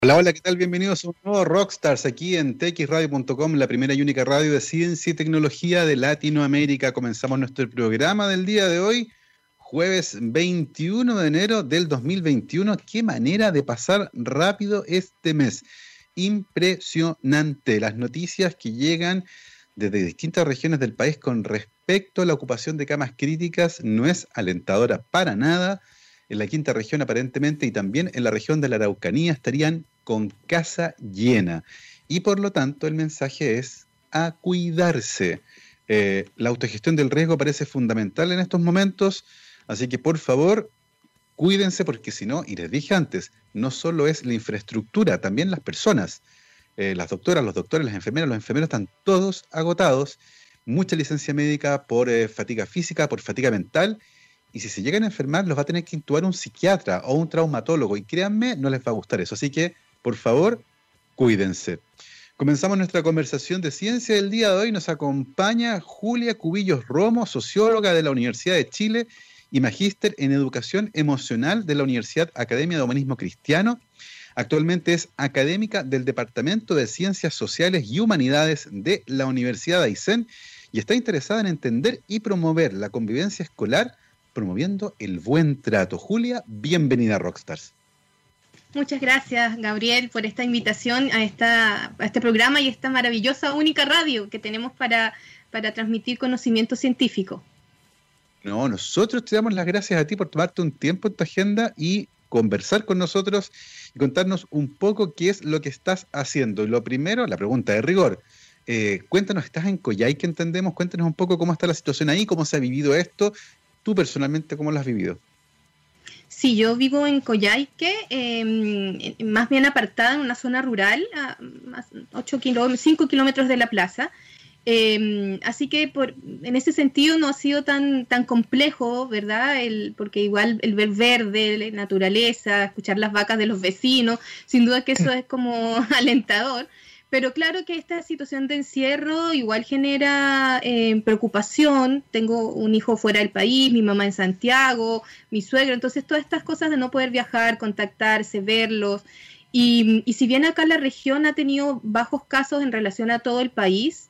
Hola, hola, ¿qué tal? Bienvenidos a un nuevo Rockstars aquí en txradio.com, la primera y única radio de ciencia y tecnología de Latinoamérica. Comenzamos nuestro programa del día de hoy, jueves 21 de enero del 2021. Qué manera de pasar rápido este mes. Impresionante. Las noticias que llegan desde distintas regiones del país con respecto a la ocupación de camas críticas no es alentadora para nada. En la quinta región aparentemente y también en la región de la Araucanía estarían con casa llena. Y por lo tanto el mensaje es a cuidarse. La autogestión del riesgo parece fundamental en estos momentos, así que por favor cuídense porque si no, y les dije antes, no solo es la infraestructura, también las personas. Las doctoras, los doctores, las enfermeras, los enfermeros están todos agotados, mucha licencia médica por fatiga física, por fatiga mental. Y si se llegan a enfermar, los va a tener que intubar un psiquiatra o un traumatólogo. Y créanme, no les va a gustar eso. Así que, por favor, cuídense. Comenzamos nuestra conversación de ciencia del día de hoy. Nos acompaña Julia Cubillos Romo, socióloga de la Universidad de Chile y magíster en educación emocional de la Universidad Academia de Humanismo Cristiano. Actualmente es académica del Departamento de Ciencias Sociales y Humanidades de la Universidad de Aysén y está interesada en entender y promover la convivencia escolar promoviendo el buen trato. Julia, bienvenida a Rockstars. Muchas gracias, Gabriel, por esta invitación a este programa y esta maravillosa única radio que tenemos para transmitir conocimiento científico. No, nosotros te damos las gracias a ti por tomarte un tiempo en tu agenda y conversar con nosotros y contarnos un poco qué es lo que estás haciendo. Y lo primero, la pregunta de rigor. Cuéntanos, estás en Coyhaique, entendemos, cuéntanos un poco cómo está la situación ahí, cómo se ha vivido esto. ¿Tú personalmente cómo lo has vivido? Sí, yo vivo en Coyhaique, más bien apartada en una zona rural, a 5 kilómetros de la plaza. Así que en ese sentido no ha sido tan complejo, ¿verdad? Porque igual el ver verde, la naturaleza, escuchar las vacas de los vecinos, sin duda que eso es como alentador. Pero claro que esta situación de encierro igual genera preocupación. Tengo un hijo fuera del país, mi mamá en Santiago, mi suegro. Entonces todas estas cosas de no poder viajar, contactarse, verlos. Y si bien acá la región ha tenido bajos casos en relación a todo el país,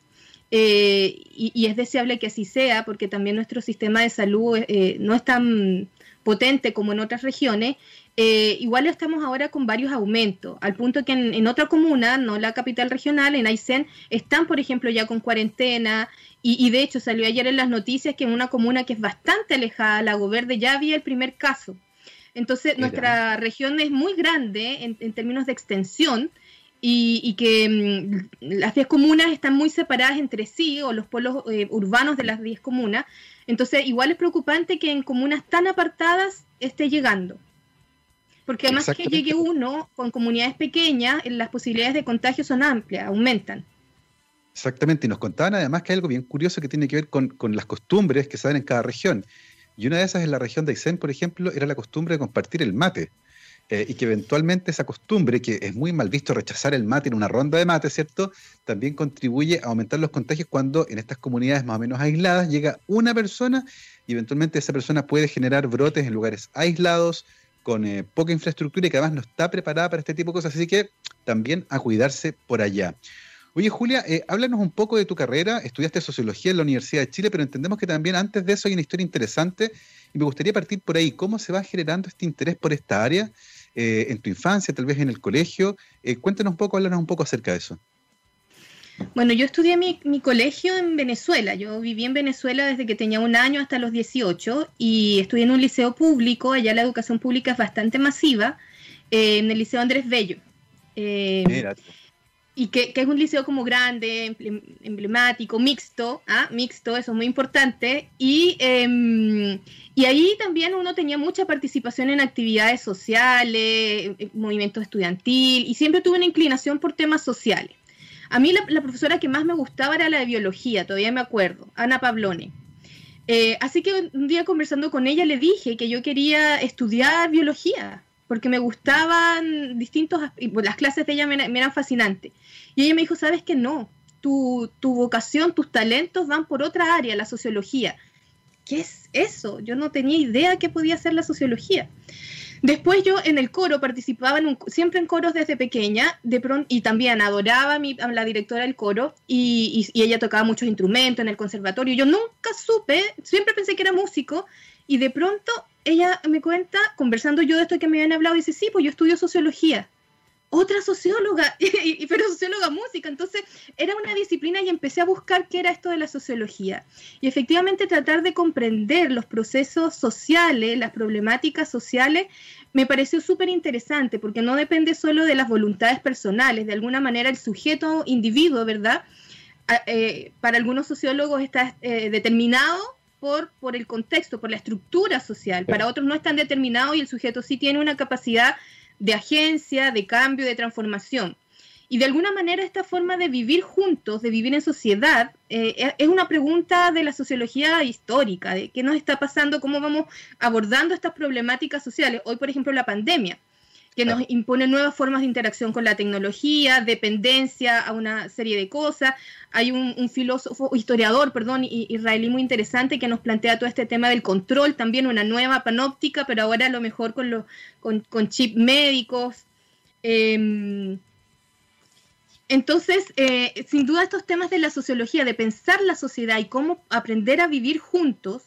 y es deseable que así sea, porque también nuestro sistema de salud no es tan potente como en otras regiones, igual estamos ahora con varios aumentos, al punto que en otra comuna, no la capital regional, en Aysén, están, por ejemplo, ya con cuarentena, y de hecho salió ayer en las noticias que en una comuna que es bastante alejada, Lago Verde, ya había el primer caso. Entonces, nuestra región es muy grande en términos de extensión, y que las 10 comunas están muy separadas entre sí, o los polos urbanos de las 10 comunas. Entonces, igual es preocupante que en comunas tan apartadas esté llegando. Porque además que llegue uno con comunidades pequeñas, las posibilidades de contagio son amplias, aumentan. Exactamente, y nos contaban además que hay algo bien curioso que tiene que ver con las costumbres que se dan en cada región. Y una de esas en la región de Aysén, por ejemplo, era la costumbre de compartir el mate. Y que eventualmente esa costumbre, que es muy mal visto rechazar el mate en una ronda de mate, ¿cierto? También contribuye a aumentar los contagios cuando en estas comunidades más o menos aisladas llega una persona y eventualmente esa persona puede generar brotes en lugares aislados, con poca infraestructura y que además no está preparada para este tipo de cosas. Así que también a cuidarse por allá. Oye, Julia, háblanos un poco de tu carrera. Estudiaste Sociología en la Universidad de Chile, pero entendemos que también antes de eso hay una historia interesante y me gustaría partir por ahí. ¿Cómo se va generando este interés por esta área? En tu infancia, tal vez en el colegio. Cuéntanos un poco, háblanos un poco acerca de eso. Bueno, yo estudié mi colegio en Venezuela. Yo viví en Venezuela desde que tenía 1 año hasta los 18 y estudié en un liceo público. Allá la educación pública es bastante masiva, en el Liceo Andrés Bello. Mira. Y que es un liceo como grande, emblemático, mixto, eso es muy importante, y ahí también uno tenía mucha participación en actividades sociales, movimiento estudiantil, y siempre tuve una inclinación por temas sociales. A mí la profesora que más me gustaba era la de biología, todavía me acuerdo, Ana Pablone. Así que un día conversando con ella le dije que yo quería estudiar biología, porque me gustaban las clases de ella me eran fascinantes. Y ella me dijo, ¿sabes qué? No, tu vocación, tus talentos van por otra área, la sociología. ¿Qué es eso? Yo no tenía idea que podía ser la sociología. Después yo en el coro participaba siempre en coros desde pequeña, de pronto, y también adoraba a la directora del coro, y ella tocaba muchos instrumentos en el conservatorio. Yo nunca supe, siempre pensé que era músico, y de pronto ella me cuenta, conversando yo de esto que me habían hablado, y dice, sí, pues yo estudio sociología. Otra socióloga, pero socióloga música. Entonces era una disciplina y empecé a buscar qué era esto de la sociología. Y efectivamente tratar de comprender los procesos sociales, las problemáticas sociales, me pareció súper interesante, porque no depende solo de las voluntades personales. De alguna manera el sujeto individuo, ¿verdad? Para algunos sociólogos está determinado por el contexto, por la estructura social. Para otros no es tan determinado y el sujeto sí tiene una capacidad de agencia, de cambio, de transformación. Y de alguna manera esta forma de vivir juntos, de vivir en sociedad, es una pregunta de la sociología histórica, de qué nos está pasando, cómo vamos abordando estas problemáticas sociales. Hoy, por ejemplo, la pandemia, que nos impone nuevas formas de interacción con la tecnología, dependencia a una serie de cosas. Hay un historiador, israelí muy interesante que nos plantea todo este tema del control, también una nueva panóptica, pero ahora a lo mejor con chip médicos. Entonces, sin duda estos temas de la sociología, de pensar la sociedad y cómo aprender a vivir juntos,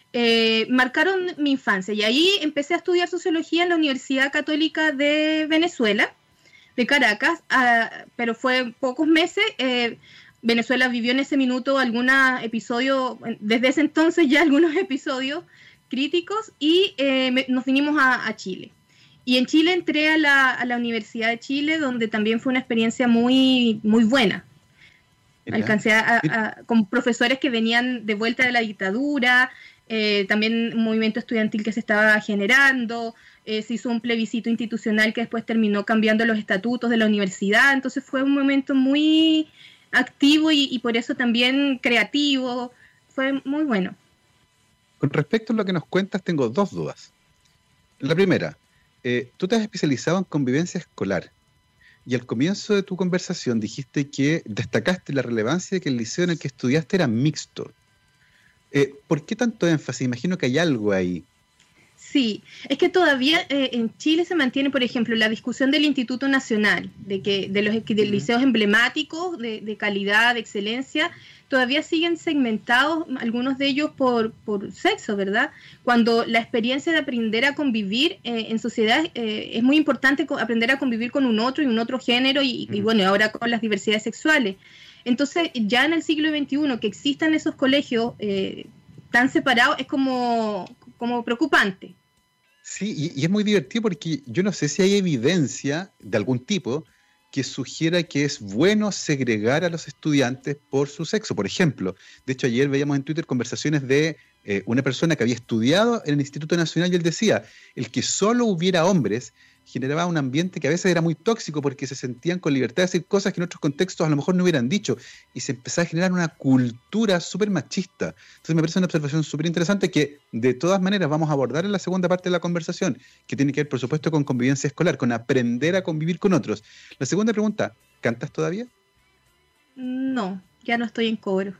marcaron mi infancia, y ahí empecé a estudiar sociología en la Universidad Católica de Venezuela, de Caracas, pero fue pocos meses. Venezuela vivió en ese minuto algunos episodios, desde ese entonces ya algunos episodios críticos, y nos vinimos a Chile. Y en Chile entré a la Universidad de Chile, donde también fue una experiencia muy, muy buena. Alcancé con profesores que venían de vuelta de la dictadura, también un movimiento estudiantil que se estaba generando, se hizo un plebiscito institucional que después terminó cambiando los estatutos de la universidad. Entonces fue un momento muy activo y por eso también creativo, fue muy bueno. Con respecto a lo que nos cuentas, tengo dos dudas. La primera, tú te has especializado en convivencia escolar, y al comienzo de tu conversación dijiste que destacaste la relevancia de que el liceo en el que estudiaste era mixto. ¿Por qué tanto énfasis? Imagino que hay algo ahí. Sí, es que todavía en Chile se mantiene, por ejemplo, la discusión del Instituto Nacional, de los liceos emblemáticos, de calidad, de excelencia, todavía siguen segmentados, algunos de ellos por sexo, ¿verdad? Cuando la experiencia de aprender a convivir en sociedad es muy importante, aprender a convivir con un otro género y bueno, ahora con las diversidades sexuales. Entonces, ya en el siglo XXI, que existan esos colegios tan separados es como preocupante. Sí, y es muy divertido porque yo no sé si hay evidencia de algún tipo que sugiera que es bueno segregar a los estudiantes por su sexo. Por ejemplo, de hecho ayer veíamos en Twitter conversaciones de una persona que había estudiado en el Instituto Nacional, y él decía, el que solo hubiera hombres generaba un ambiente que a veces era muy tóxico porque se sentían con libertad de decir cosas que en otros contextos a lo mejor no hubieran dicho, y se empezaba a generar una cultura súper machista. Entonces me parece una observación súper interesante que de todas maneras vamos a abordar en la segunda parte de la conversación, que tiene que ver por supuesto con convivencia escolar, con aprender a convivir con otros. La segunda pregunta, ¿cantas todavía? No, ya no estoy en coro.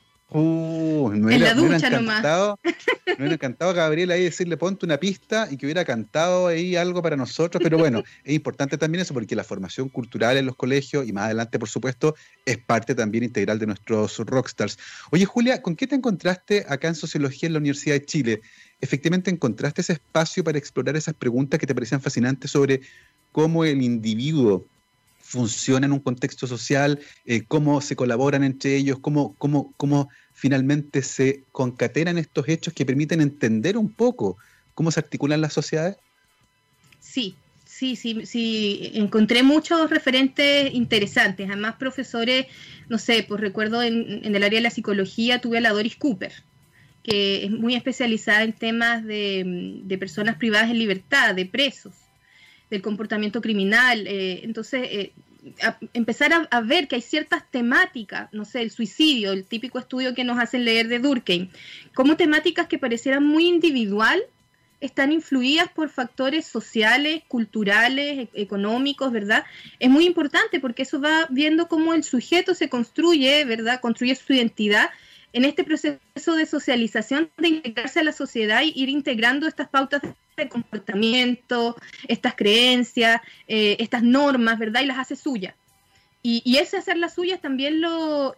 En la ducha nomás. Me hubiera encantado a Gabriela ahí decirle ponte una pista y que hubiera cantado ahí algo para nosotros, pero bueno, es importante también eso porque la formación cultural en los colegios y más adelante por supuesto es parte también integral de nuestros rockstars. Oye Julia, ¿con qué te encontraste acá en Sociología en la Universidad de Chile? ¿Efectivamente encontraste ese espacio para explorar esas preguntas que te parecían fascinantes sobre cómo el individuo funciona en un contexto social, cómo se colaboran entre ellos, cómo finalmente se concatenan estos hechos que permiten entender un poco cómo se articulan las sociedades? Sí, encontré muchos referentes interesantes, además profesores, no sé, pues recuerdo en el área de la psicología tuve a la Doris Cooper, que es muy especializada en temas de personas privadas en libertad, de presos, del comportamiento criminal. Entonces empezar a ver que hay ciertas temáticas, no sé, el suicidio, el típico estudio que nos hacen leer de Durkheim, como temáticas que parecieran muy individual están influidas por factores sociales, culturales, económicos, ¿verdad? Es muy importante porque eso va viendo cómo el sujeto se construye, ¿verdad? Construye su identidad en este proceso de socialización, de integrarse a la sociedad y ir integrando estas pautas de comportamiento, estas creencias, estas normas, ¿verdad? Y las hace suyas. Y ese hacerlas suyas también lo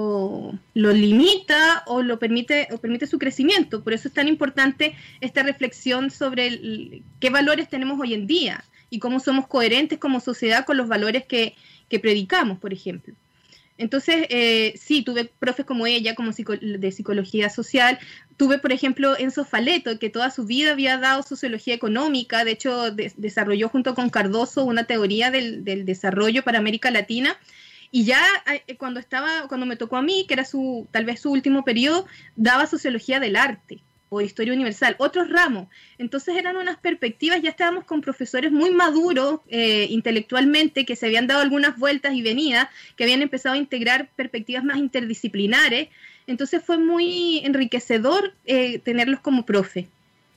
limita o permite su crecimiento. Por eso es tan importante esta reflexión sobre qué valores tenemos hoy en día y cómo somos coherentes como sociedad con los valores que predicamos, por ejemplo. Entonces, sí, tuve profes como ella, como de psicología social. Tuve, por ejemplo, Enzo Faleto, que toda su vida había dado sociología económica. De hecho, desarrolló junto con Cardoso una teoría del desarrollo para América Latina. Y ya cuando me tocó a mí, que era tal vez su último periodo, daba sociología del arte o historia universal, otros ramos. Entonces eran unas perspectivas, ya estábamos con profesores muy maduros intelectualmente, que se habían dado algunas vueltas y venidas, que habían empezado a integrar perspectivas más interdisciplinares. Entonces fue muy enriquecedor tenerlos como profe.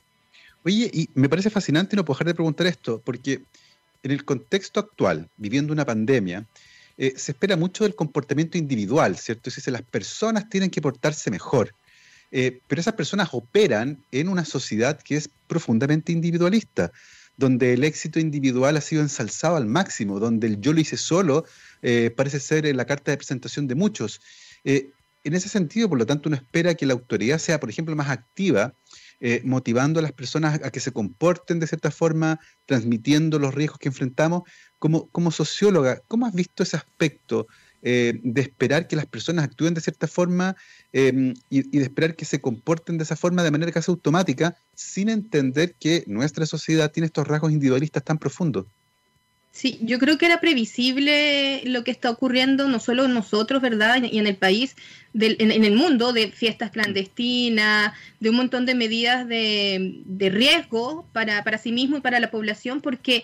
Oye, y me parece fascinante no poder dejar de preguntar esto, porque en el contexto actual, viviendo una pandemia, se espera mucho del comportamiento individual, ¿cierto? Es decir, las personas tienen que portarse mejor. Pero esas personas operan en una sociedad que es profundamente individualista, donde el éxito individual ha sido ensalzado al máximo, donde el yo lo hice solo parece ser la carta de presentación de muchos. En ese sentido, por lo tanto, uno espera que la autoridad sea, por ejemplo, más activa, motivando a las personas a que se comporten de cierta forma, transmitiendo los riesgos que enfrentamos. Como socióloga, ¿cómo has visto ese aspecto de esperar que las personas actúen de cierta forma y de esperar que se comporten de esa forma de manera casi automática, sin entender que nuestra sociedad tiene estos rasgos individualistas tan profundos? Sí, yo creo que era previsible lo que está ocurriendo, no solo en nosotros, ¿verdad? Y en el país, en el mundo, de fiestas clandestinas, de un montón de medidas de riesgo para sí mismo y para la población, porque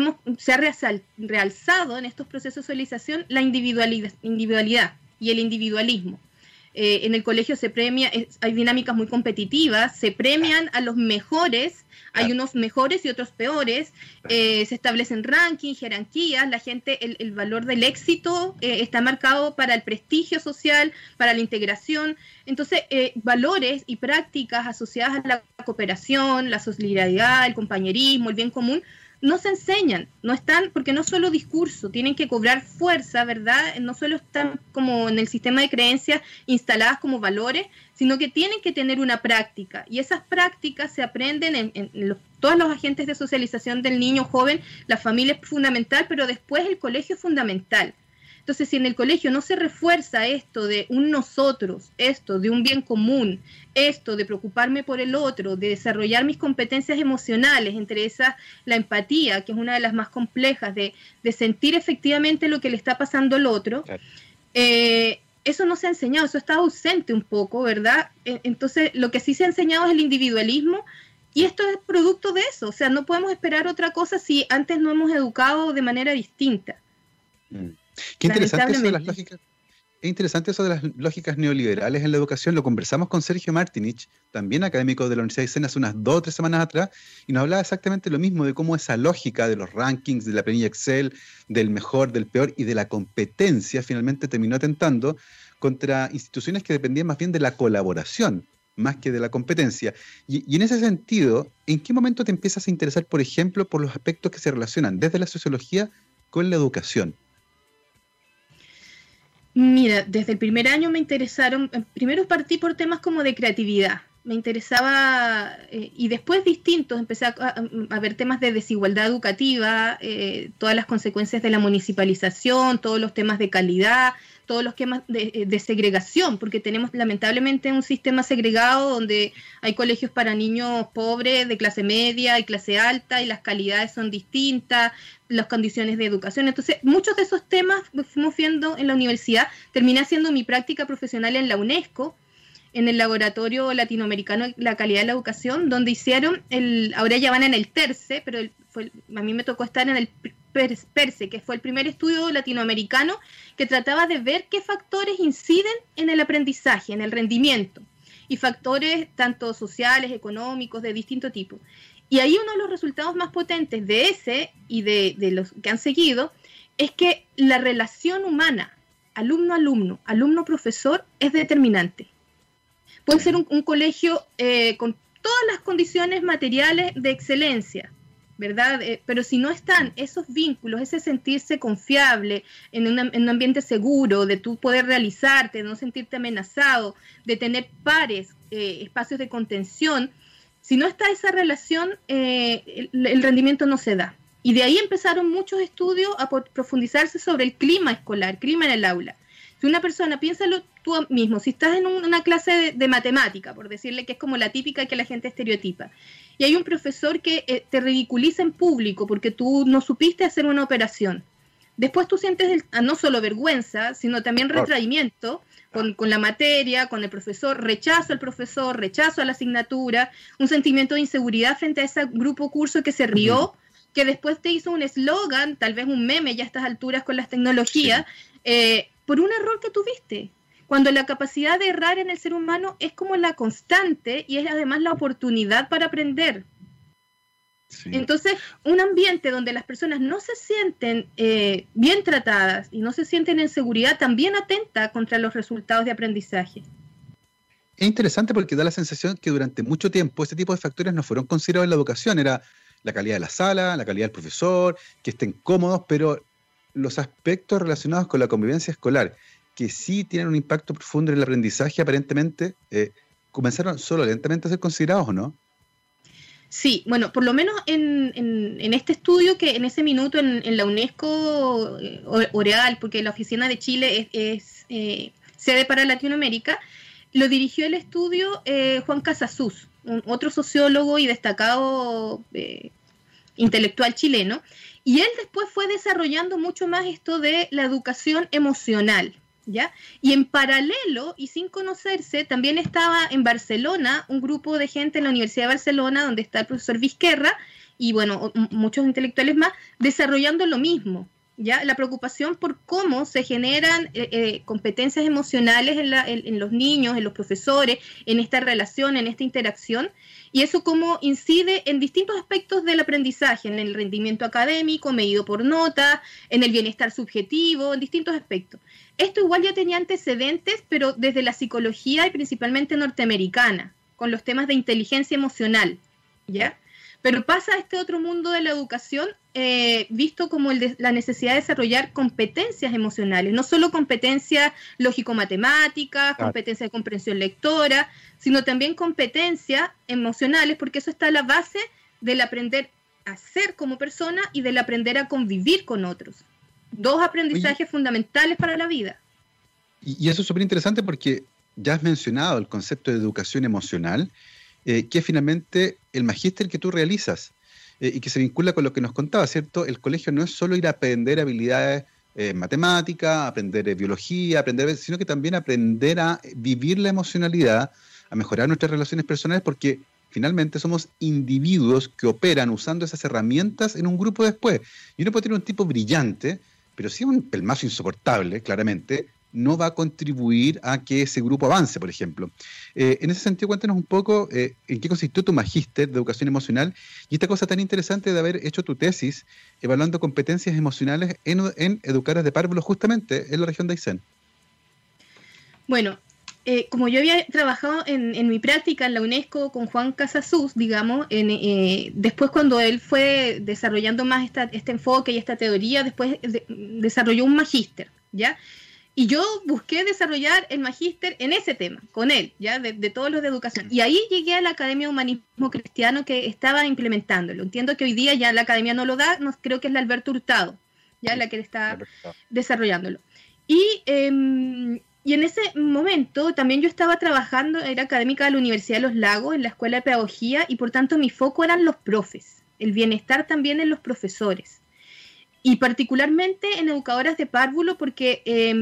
se ha realzado en estos procesos de socialización la individualidad y el individualismo. En el colegio se premia, hay dinámicas muy competitivas, se premian a los mejores, hay unos mejores y otros peores, se establecen rankings, jerarquías, la gente, el valor del éxito está marcado para el prestigio social, para la integración. Entonces, valores y prácticas asociadas a la cooperación, la solidaridad, el compañerismo, el bien común, no se enseñan, no están, porque no solo discurso, tienen que cobrar fuerza, ¿verdad? No solo están como en el sistema de creencias instaladas como valores, sino que tienen que tener una práctica, y esas prácticas se aprenden en todos los agentes de socialización del niño joven. La familia es fundamental, pero después el colegio es fundamental. Entonces, si en el colegio no se refuerza esto de un nosotros, esto de un bien común, esto de preocuparme por el otro, de desarrollar mis competencias emocionales, entre esas la empatía, que es una de las más complejas, de sentir efectivamente lo que le está pasando al otro, claro. Eso no se ha enseñado, eso está ausente un poco, ¿verdad? Entonces, lo que sí se ha enseñado es el individualismo, y esto es producto de eso. O sea, no podemos esperar otra cosa si antes no hemos educado de manera distinta. Qué interesante eso de las lógicas. Es interesante eso de las lógicas neoliberales en la educación. Lo conversamos con Sergio Martinich, también académico de la Universidad de Aysén, hace unas 2 o 3 semanas atrás, y nos hablaba exactamente lo mismo, de cómo esa lógica de los rankings, de la planilla Excel, del mejor, del peor y de la competencia, finalmente terminó atentando contra instituciones que dependían más bien de la colaboración, más que de la competencia. Y en ese sentido, ¿en qué momento te empiezas a interesar, por ejemplo, por los aspectos que se relacionan desde la sociología con la educación? Mira, desde el primer año me interesaron, primero partí por temas como de creatividad, me interesaba, y después distintos, empecé a ver temas de desigualdad educativa, todas las consecuencias de la municipalización, todos los temas de calidad, todos los temas de segregación, porque tenemos lamentablemente un sistema segregado donde hay colegios para niños pobres, de clase media y clase alta, y las calidades son distintas, las condiciones de educación. Entonces, muchos de esos temas fuimos viendo en la universidad. Terminé haciendo mi práctica profesional en la UNESCO, en el Laboratorio Latinoamericano de la Calidad de la Educación, donde hicieron, ahora ya van en el TERCE, pero a mí me tocó estar en el PERCE, que fue el primer estudio latinoamericano que trataba de ver qué factores inciden en el aprendizaje, en el rendimiento, y factores tanto sociales, económicos, de distinto tipo. Y ahí uno de los resultados más potentes de ese y de los que han seguido es que la relación humana, alumno-alumno, alumno-profesor, es determinante. Puede ser un colegio con todas las condiciones materiales de excelencia, ¿verdad? Pero si no están esos vínculos, ese sentirse confiable en un ambiente seguro, de tú poder realizarte, de no sentirte amenazado, de tener pares, espacios de contención, si no está esa relación, el rendimiento no se da. Y de ahí empezaron muchos estudios a profundizarse sobre el clima escolar, clima en el aula. Si una persona, piénsalo tú mismo, si estás en una clase de matemática, por decirle que es como la típica que la gente estereotipa, y hay un profesor que te ridiculiza en público porque tú no supiste hacer una operación, después tú sientes no solo vergüenza, sino también retraimiento con la materia, con el profesor, rechazo al profesor, rechazo a la asignatura, un sentimiento de inseguridad frente a ese grupo curso que se rió, que después te hizo un eslogan, tal vez un meme ya a estas alturas con las tecnologías, por un error que tuviste, cuando la capacidad de errar en el ser humano es como la constante y es además la oportunidad para aprender. Sí. Entonces, un ambiente donde las personas no se sienten bien tratadas y no se sienten en seguridad también atenta contra los resultados de aprendizaje. Es interesante porque da la sensación que durante mucho tiempo este tipo de factores no fueron considerados en la educación. Era la calidad de la sala, la calidad del profesor, que estén cómodos, pero los aspectos relacionados con la convivencia escolar, que sí tienen un impacto profundo en el aprendizaje, aparentemente comenzaron solo lentamente a ser considerados, ¿o no? Sí, bueno, por lo menos en este estudio que en ese minuto en la UNESCO Oreal, porque la Oficina de Chile es sede para Latinoamérica, lo dirigió el estudio Juan Casasus, otro sociólogo y destacado intelectual chileno, y él después fue desarrollando mucho más esto de la educación emocional, ¿ya? Y en paralelo, y sin conocerse, también estaba en Barcelona un grupo de gente en la Universidad de Barcelona, donde está el profesor Vizquerra, y bueno, muchos intelectuales más, desarrollando lo mismo, ¿ya? La preocupación por cómo se generan competencias emocionales en los niños, en los profesores, en esta relación, en esta interacción, y eso cómo incide en distintos aspectos del aprendizaje, en el rendimiento académico, medido por notas, en el bienestar subjetivo, en distintos aspectos. Esto igual ya tenía antecedentes, pero desde la psicología y principalmente norteamericana, con los temas de inteligencia emocional, ¿ya? Pero pasa a este otro mundo de la educación visto como la necesidad de desarrollar competencias emocionales, no solo competencias lógico-matemáticas, competencias de comprensión lectora, sino también competencias emocionales, porque eso está a la base del aprender a ser como persona y del aprender a convivir con otros. Dos aprendizajes fundamentales para la vida. Y eso es súper interesante porque ya has mencionado el concepto de educación emocional, que es finalmente el magíster que tú realizas y que se vincula con lo que nos contaba, ¿cierto? El colegio no es solo ir a aprender habilidades matemáticas, aprender biología, sino que también aprender a vivir la emocionalidad, a mejorar nuestras relaciones personales, porque finalmente somos individuos que operan usando esas herramientas en un grupo después. Y uno puede tener un tipo brillante, pero si es un pelmazo insoportable, claramente, no va a contribuir a que ese grupo avance, por ejemplo. En ese sentido, cuéntanos un poco en qué consistió tu magíster de educación emocional y esta cosa tan interesante de haber hecho tu tesis evaluando competencias emocionales en educadores de párvulos justamente en la región de Aysén. Bueno, como yo había trabajado en mi práctica en la UNESCO con Juan Casasus, digamos, después cuando él fue desarrollando más este enfoque y esta teoría, después desarrolló un magíster, ¿ya? Y yo busqué desarrollar el magíster en ese tema, con él, ¿ya? De todos los de educación. Y ahí llegué a la Academia de Humanismo Cristiano que estaba implementándolo. Entiendo que hoy día ya la Academia no lo da, creo que es la Alberto Hurtado, ya la que está desarrollándolo. Y en ese momento también yo estaba trabajando, era académica de la Universidad de Los Lagos, en la Escuela de Pedagogía, y por tanto mi foco eran los profes, el bienestar también en los profesores. Y particularmente en educadoras de párvulo, porque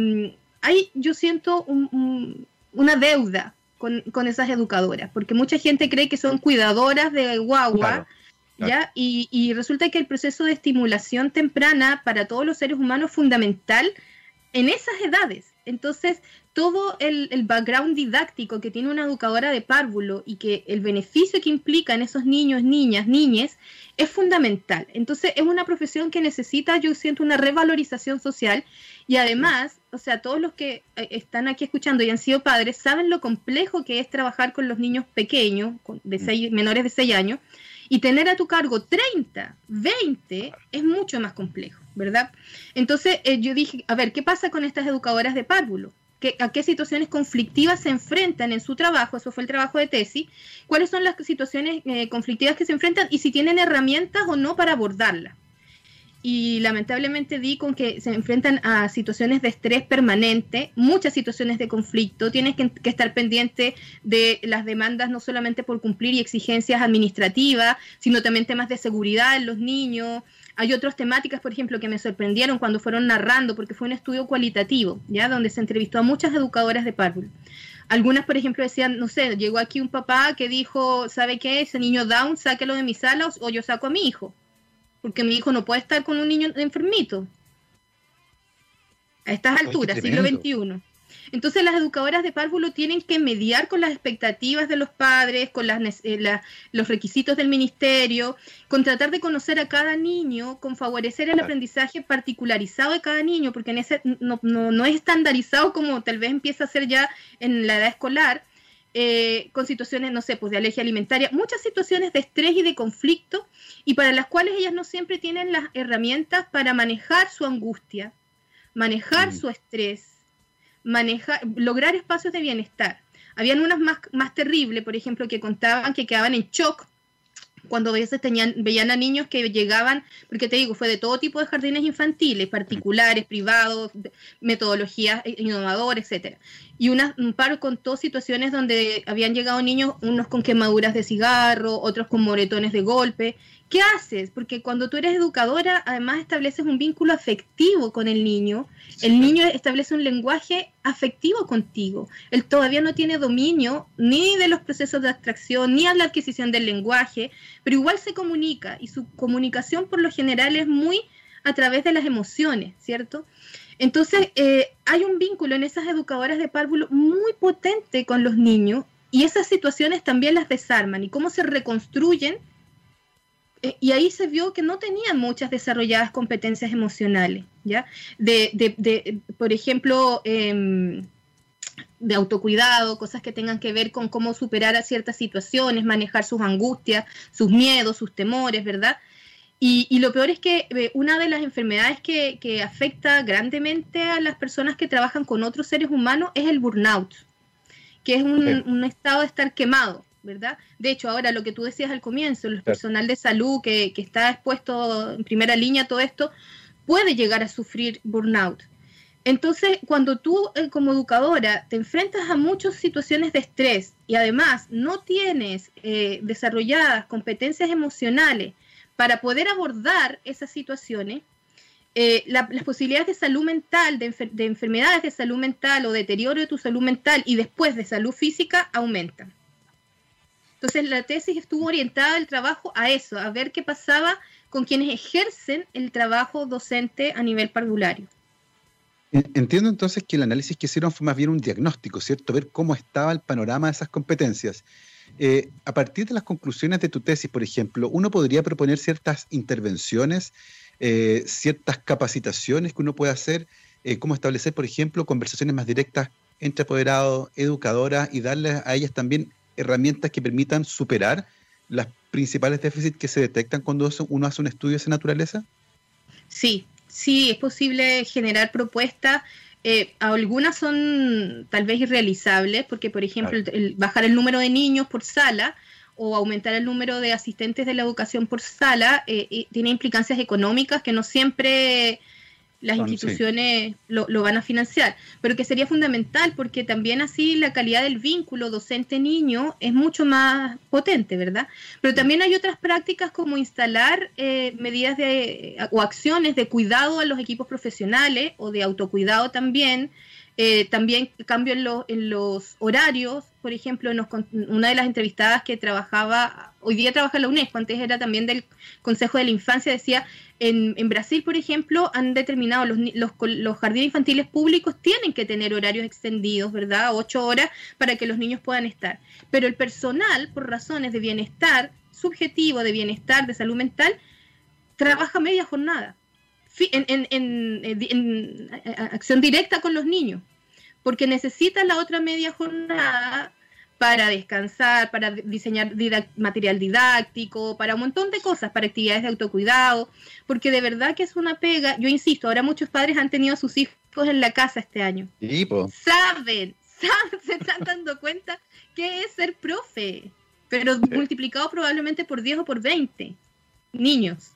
yo siento una deuda con esas educadoras, porque mucha gente cree que son cuidadoras de guagua, claro. ¿Ya? Y resulta que el proceso de estimulación temprana para todos los seres humanos es fundamental en esas edades. Entonces, todo el background didáctico que tiene una educadora de párvulo y que el beneficio que implica en esos niños, niñas, niñes, es fundamental. Entonces, es una profesión que necesita, yo siento, una revalorización social y además, o sea, todos los que están aquí escuchando y han sido padres saben lo complejo que es trabajar con los niños pequeños, menores de 6 años, y tener a tu cargo 30, 20 es mucho más complejo, ¿verdad? Entonces yo dije, a ver, ¿qué pasa con estas educadoras de párvulo? ¿A qué situaciones conflictivas se enfrentan en su trabajo? Eso fue el trabajo de tesis. ¿Cuáles son las situaciones conflictivas que se enfrentan y si tienen herramientas o no para abordarlas? Y lamentablemente di con que se enfrentan a situaciones de estrés permanente, muchas situaciones de conflicto, tienes que estar pendiente de las demandas no solamente por cumplir y exigencias administrativas, sino también temas de seguridad en los niños. Hay otras temáticas, por ejemplo, que me sorprendieron cuando fueron narrando, porque fue un estudio cualitativo, ¿ya? Donde se entrevistó a muchas educadoras de párvulo. Algunas, por ejemplo, decían, no sé, llegó aquí un papá que dijo, ¿sabe qué? Ese niño Down, sáquelo de mi sala o yo saco a mi hijo. Porque mi hijo no puede estar con un niño enfermito a estas alturas, siglo XXI. Entonces las educadoras de párvulo tienen que mediar con las expectativas de los padres, con los requisitos del ministerio, con tratar de conocer a cada niño, con favorecer el aprendizaje particularizado de cada niño, porque en ese no es estandarizado como tal vez empieza a ser ya en la edad escolar, con situaciones, no sé, pues de alergia alimentaria, muchas situaciones de estrés y de conflicto, y para las cuales ellas no siempre tienen las herramientas para manejar su angustia, manejar su estrés, lograr espacios de bienestar. Habían unas más terribles, por ejemplo, que contaban que quedaban en shock cuando a veces veían a niños que llegaban, porque te digo, fue de todo tipo de jardines infantiles, particulares, privados, metodologías innovadoras, etcétera. Y un par contó situaciones donde habían llegado niños, unos con quemaduras de cigarro, otros con moretones de golpe. ¿Qué haces? Porque cuando tú eres educadora, además estableces un vínculo afectivo con el niño establece un lenguaje afectivo contigo. Él todavía no tiene dominio ni de los procesos de abstracción, ni a la adquisición del lenguaje, pero igual se comunica, y su comunicación por lo general es muy a través de las emociones, ¿cierto? Entonces, hay un vínculo en esas educadoras de párvulo muy potente con los niños, y esas situaciones también las desarman, y cómo se reconstruyen. Y ahí se vio que no tenían muchas desarrolladas competencias emocionales, ¿ya? Por ejemplo, de autocuidado, cosas que tengan que ver con cómo superar a ciertas situaciones, manejar sus angustias, sus miedos, sus temores, ¿verdad? Y lo peor es que una de las enfermedades que afecta grandemente a las personas que trabajan con otros seres humanos es el burnout, que es un estado de estar quemado, ¿verdad? De hecho, ahora lo que tú decías al comienzo, el personal de salud que está expuesto en primera línea a todo esto, puede llegar a sufrir burnout. Entonces, cuando tú como educadora te enfrentas a muchas situaciones de estrés y además no tienes desarrolladas competencias emocionales para poder abordar esas situaciones, las posibilidades de salud mental, de enfermedades de salud mental o deterioro de tu salud mental y después de salud física aumentan. Entonces la tesis estuvo orientada al trabajo a eso, a ver qué pasaba con quienes ejercen el trabajo docente a nivel parvulario. Entiendo entonces que el análisis que hicieron fue más bien un diagnóstico, ¿cierto? Ver cómo estaba el panorama de esas competencias. A partir de las conclusiones de tu tesis, por ejemplo, uno podría proponer ciertas intervenciones, ciertas capacitaciones que uno puede hacer, cómo establecer, por ejemplo, conversaciones más directas entre apoderados, educadoras y darles a ellas también herramientas que permitan superar las principales déficits que se detectan cuando uno hace un estudio de esa naturaleza? Sí, es posible generar propuestas. Algunas son tal vez irrealizables, porque por ejemplo bajar el número de niños por sala o aumentar el número de asistentes de la educación por sala tiene implicancias económicas que no siempre las instituciones lo van a financiar, pero que sería fundamental porque también así la calidad del vínculo docente-niño es mucho más potente, ¿verdad? Pero también hay otras prácticas como instalar medidas o acciones de cuidado a los equipos profesionales o de autocuidado también, También cambio en los horarios. Por ejemplo, una de las entrevistadas que hoy día trabaja en la UNESCO, antes era también del Consejo de la Infancia, decía, en Brasil, por ejemplo, han determinado los jardines infantiles públicos tienen que tener horarios extendidos, ¿verdad? 8 horas para que los niños puedan estar. Pero el personal, por razones de bienestar subjetivo, de bienestar, de salud mental, trabaja media jornada. En acción directa con los niños, porque necesitan la otra media jornada para descansar, para diseñar material didáctico, para un montón de cosas, para actividades de autocuidado, porque de verdad que es una pega. Yo insisto, ahora muchos padres han tenido a sus hijos en la casa este año. Saben, se están dando cuenta qué es ser profe, pero multiplicado probablemente por 10 o por 20 niños.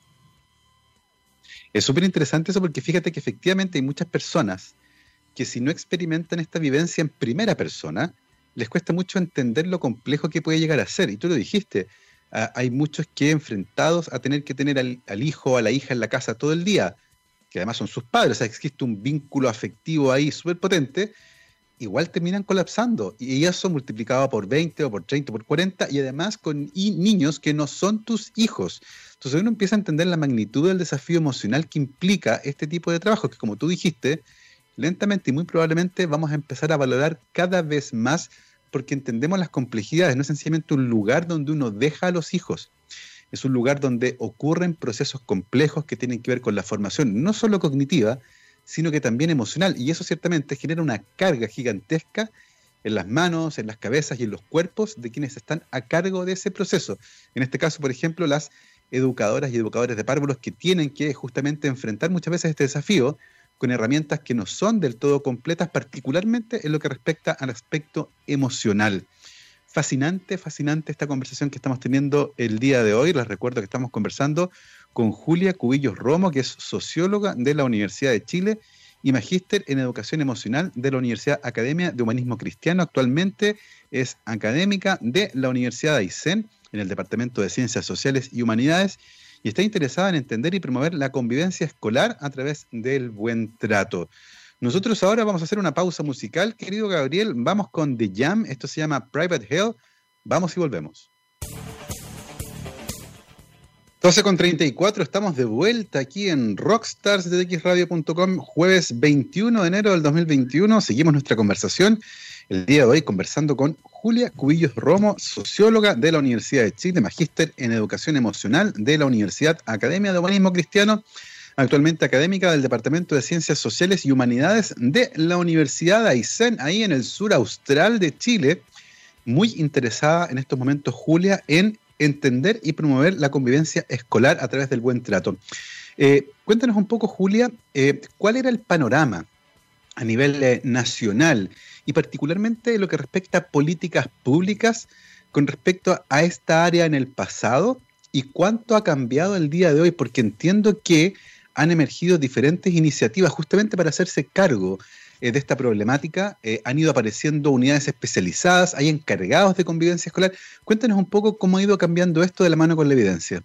Es súper interesante eso, porque fíjate que efectivamente hay muchas personas que si no experimentan esta vivencia en primera persona, les cuesta mucho entender lo complejo que puede llegar a ser. Y tú lo dijiste, hay muchos que enfrentados a tener que tener al hijo o a la hija en la casa todo el día, que además son sus padres, o sea, existe un vínculo afectivo ahí súper potente, igual terminan colapsando. Y eso multiplicado por 20 o por 30 o por 40, y además con niños que no son tus hijos. Entonces uno empieza a entender la magnitud del desafío emocional que implica este tipo de trabajo, que como tú dijiste, lentamente y muy probablemente vamos a empezar a valorar cada vez más, porque entendemos las complejidades. No es sencillamente un lugar donde uno deja a los hijos, es un lugar donde ocurren procesos complejos que tienen que ver con la formación, no solo cognitiva, sino que también emocional, y eso ciertamente genera una carga gigantesca en las manos, en las cabezas y en los cuerpos de quienes están a cargo de ese proceso. En este caso, por ejemplo, las educadoras y educadores de párvulos, que tienen que justamente enfrentar muchas veces este desafío con herramientas que no son del todo completas, particularmente en lo que respecta al aspecto emocional. Fascinante esta conversación que estamos teniendo el día de hoy. Les recuerdo que estamos conversando con Julia Cubillos Romo, que es socióloga de la Universidad de Chile y magíster en educación emocional de la Universidad Academia de Humanismo Cristiano. Actualmente es académica de la Universidad de Aysén, en el Departamento de Ciencias Sociales y Humanidades, y está interesada en entender y promover la convivencia escolar a través del buen trato. Nosotros ahora vamos a hacer una pausa musical, querido Gabriel. Vamos con The Jam, esto se llama Private Hell. Vamos y volvemos. 12:34, estamos de vuelta aquí en rockstarsdxradio.com, jueves 21 de enero del 2021. Seguimos nuestra conversación el día de hoy conversando con Julia Cubillos Romo, socióloga de la Universidad de Chile, magíster en educación emocional de la Universidad Academia de Humanismo Cristiano, actualmente académica del Departamento de Ciencias Sociales y Humanidades de la Universidad de Aysén, ahí en el sur austral de Chile. Muy interesada en estos momentos, Julia, en entender y promover la convivencia escolar a través del buen trato. Cuéntanos un poco, Julia, ¿cuál era el panorama a nivel nacional y particularmente lo que respecta a políticas públicas con respecto a esta área en el pasado y cuánto ha cambiado el día de hoy? Porque entiendo que han emergido diferentes iniciativas justamente para hacerse cargo de esta problemática. Han ido apareciendo unidades especializadas, hay encargados de convivencia escolar. Cuéntanos un poco cómo ha ido cambiando esto de la mano con la evidencia.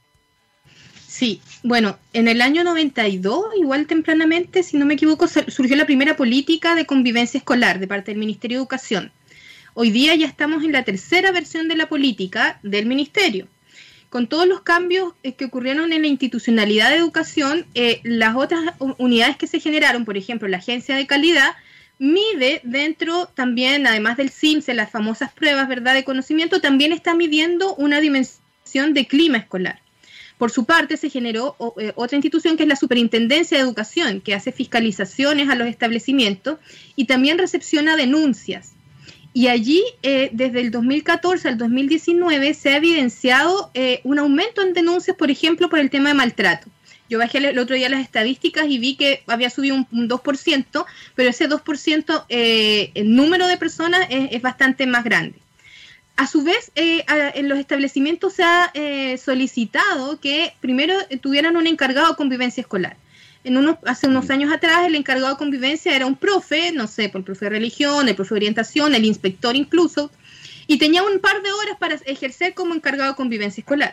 Sí, bueno, en el año 92, igual tempranamente, si no me equivoco, surgió la primera política de convivencia escolar de parte del Ministerio de Educación. Hoy día ya estamos en la tercera versión de la política del Ministerio. Con todos los cambios que ocurrieron en la institucionalidad de educación, las otras unidades que se generaron, por ejemplo, la Agencia de Calidad, mide dentro también, además del CIMSE, las famosas pruebas, ¿verdad?, de conocimiento, también está midiendo una dimensión de clima escolar. Por su parte, se generó otra institución que es la Superintendencia de Educación, que hace fiscalizaciones a los establecimientos y también recepciona denuncias. Y allí, desde el 2014 al 2019, se ha evidenciado un aumento en denuncias, por ejemplo, por el tema de maltrato. Yo bajé el otro día las estadísticas y vi que había subido un 2%, pero ese 2%, el número de personas es bastante más grande. A su vez, en los establecimientos se ha solicitado que primero tuvieran un encargado de convivencia escolar. Hace unos años atrás, el encargado de convivencia era un profe, no sé, por el profe de religión, el profe de orientación, el inspector incluso, y tenía un par de horas para ejercer como encargado de convivencia escolar.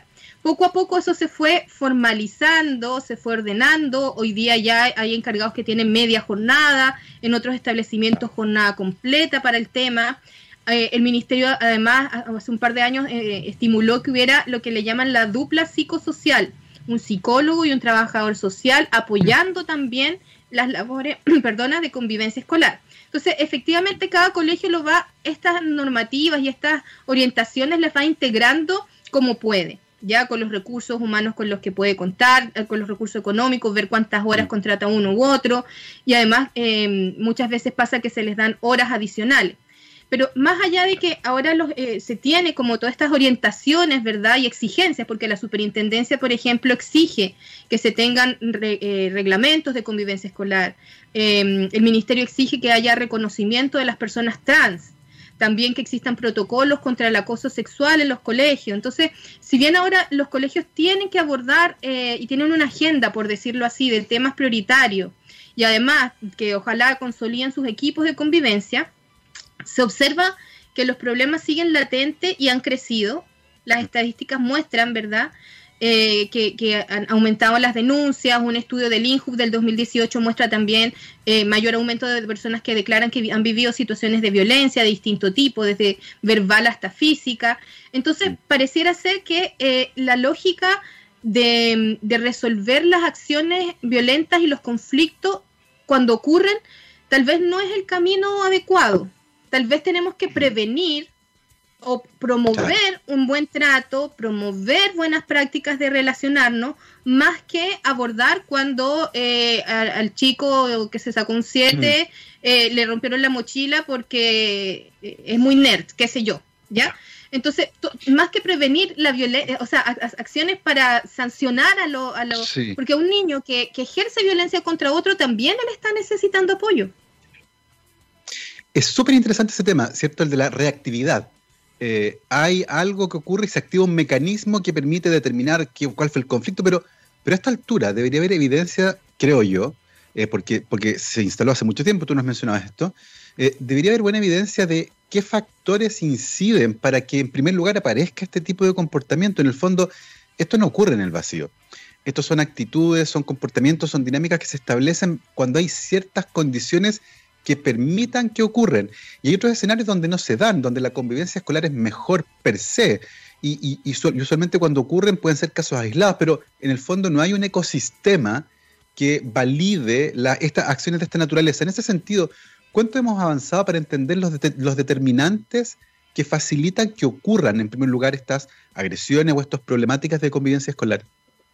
poco a poco eso se fue formalizando, se fue ordenando. Hoy día ya hay encargados que tienen media jornada, en otros establecimientos jornada completa para el tema. El ministerio además hace un par de años estimuló que hubiera lo que le llaman la dupla psicosocial, un psicólogo y un trabajador social apoyando también las labores de convivencia escolar. Entonces, efectivamente, cada colegio estas normativas y estas orientaciones las va integrando como puede, ya con los recursos humanos con los que puede contar, con los recursos económicos, ver cuántas horas contrata uno u otro, y además muchas veces pasa que se les dan horas adicionales. Pero más allá de que ahora se tiene como todas estas orientaciones, ¿verdad? Y exigencias, porque la superintendencia, por ejemplo, exige que se tengan reglamentos de convivencia escolar. El ministerio exige que haya reconocimiento de las personas trans. También que existan protocolos contra el acoso sexual en los colegios. Entonces, si bien ahora los colegios tienen que abordar y tienen una agenda, por decirlo así, de temas prioritarios, y además que ojalá consoliden sus equipos de convivencia, se observa que los problemas siguen latentes y han crecido. Las estadísticas muestran, ¿verdad?, que han aumentado las denuncias. Un estudio del INJUV del 2018 muestra también mayor aumento de personas que declaran que han vivido situaciones de violencia de distinto tipo, desde verbal hasta física. Entonces, pareciera ser que la lógica de resolver las acciones violentas y los conflictos cuando ocurren, tal vez no es el camino adecuado. Tal vez tenemos que prevenir o promover un buen trato, promover buenas prácticas de relacionarnos, más que abordar cuando al chico que se sacó un 7 le rompieron la mochila porque es muy nerd, qué sé yo, ¿ya? Entonces, más que prevenir la violencia, o sea, acciones para sancionar Sí. porque a un niño que ejerce violencia contra otro también él está necesitando apoyo. Es súper interesante ese tema, ¿cierto? El de la reactividad. Hay algo que ocurre y se activa un mecanismo que permite determinar cuál fue el conflicto, pero a esta altura debería haber evidencia, creo yo, porque se instaló hace mucho tiempo, tú nos mencionabas esto, debería haber buena evidencia de qué factores inciden para que en primer lugar aparezca este tipo de comportamiento. En el fondo, esto no ocurre en el vacío. Estos son actitudes, son comportamientos, son dinámicas que se establecen cuando hay ciertas condiciones que permitan que ocurran. Y hay otros escenarios donde no se dan, donde la convivencia escolar es mejor per se. Y usualmente cuando ocurren pueden ser casos aislados, pero en el fondo no hay un ecosistema que valide estas acciones de esta naturaleza. En ese sentido, ¿cuánto hemos avanzado para entender los determinantes que facilitan que ocurran, en primer lugar, estas agresiones o estas problemáticas de convivencia escolar?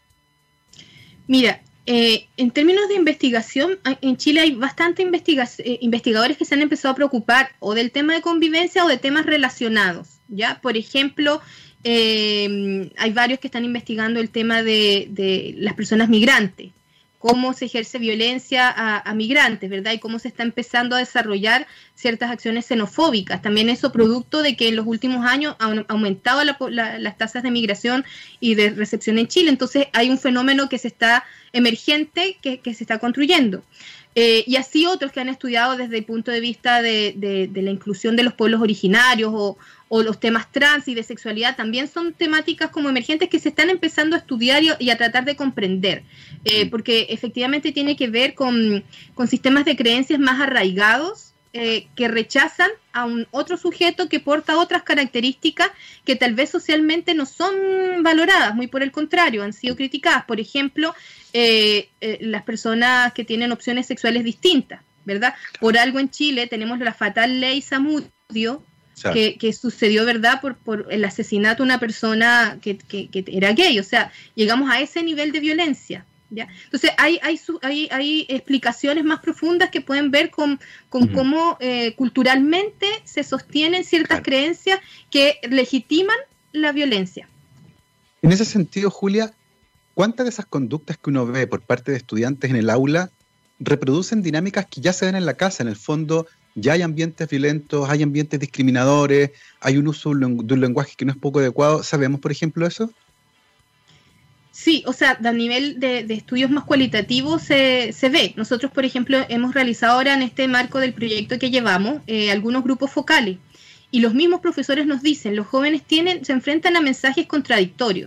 Mira, en términos de investigación, en Chile hay bastantes investigadores que se han empezado a preocupar o del tema de convivencia o de temas relacionados, ¿ya? Por ejemplo, hay varios que están investigando el tema de las personas migrantes, cómo se ejerce violencia a migrantes, ¿verdad? Y cómo se está empezando a desarrollar ciertas acciones xenofóbicas. También eso producto de que en los últimos años han aumentado las tasas de migración y de recepción en Chile. Entonces hay un fenómeno que se está emergente, que se está construyendo. Y así otros que han estudiado desde el punto de vista de la inclusión de los pueblos originarios o los temas trans y de sexualidad, también son temáticas como emergentes que se están empezando a estudiar y a tratar de comprender, porque efectivamente tiene que ver con sistemas de creencias más arraigados que rechazan a un otro sujeto que porta otras características que tal vez socialmente no son valoradas, muy por el contrario, han sido criticadas. Por ejemplo, las personas que tienen opciones sexuales distintas, ¿verdad? Por algo en Chile tenemos la fatal ley Zamudio, que sucedió, ¿verdad?, por el asesinato de una persona que era gay. O sea, llegamos a ese nivel de violencia, ¿ya? Entonces hay explicaciones más profundas que pueden ver con cómo culturalmente se sostienen ciertas creencias que legitiman la violencia. En ese sentido, Julia, ¿cuántas de esas conductas que uno ve por parte de estudiantes en el aula reproducen dinámicas que ya se ven en la casa? En el fondo, ya hay ambientes violentos, hay ambientes discriminadores, hay un uso de un lenguaje que no es poco adecuado. ¿Sabemos, por ejemplo, eso? Sí, o sea, a nivel de estudios más cualitativos se ve. Nosotros, por ejemplo, hemos realizado ahora en este marco del proyecto que llevamos algunos grupos focales, y los mismos profesores nos dicen, los jóvenes se enfrentan a mensajes contradictorios.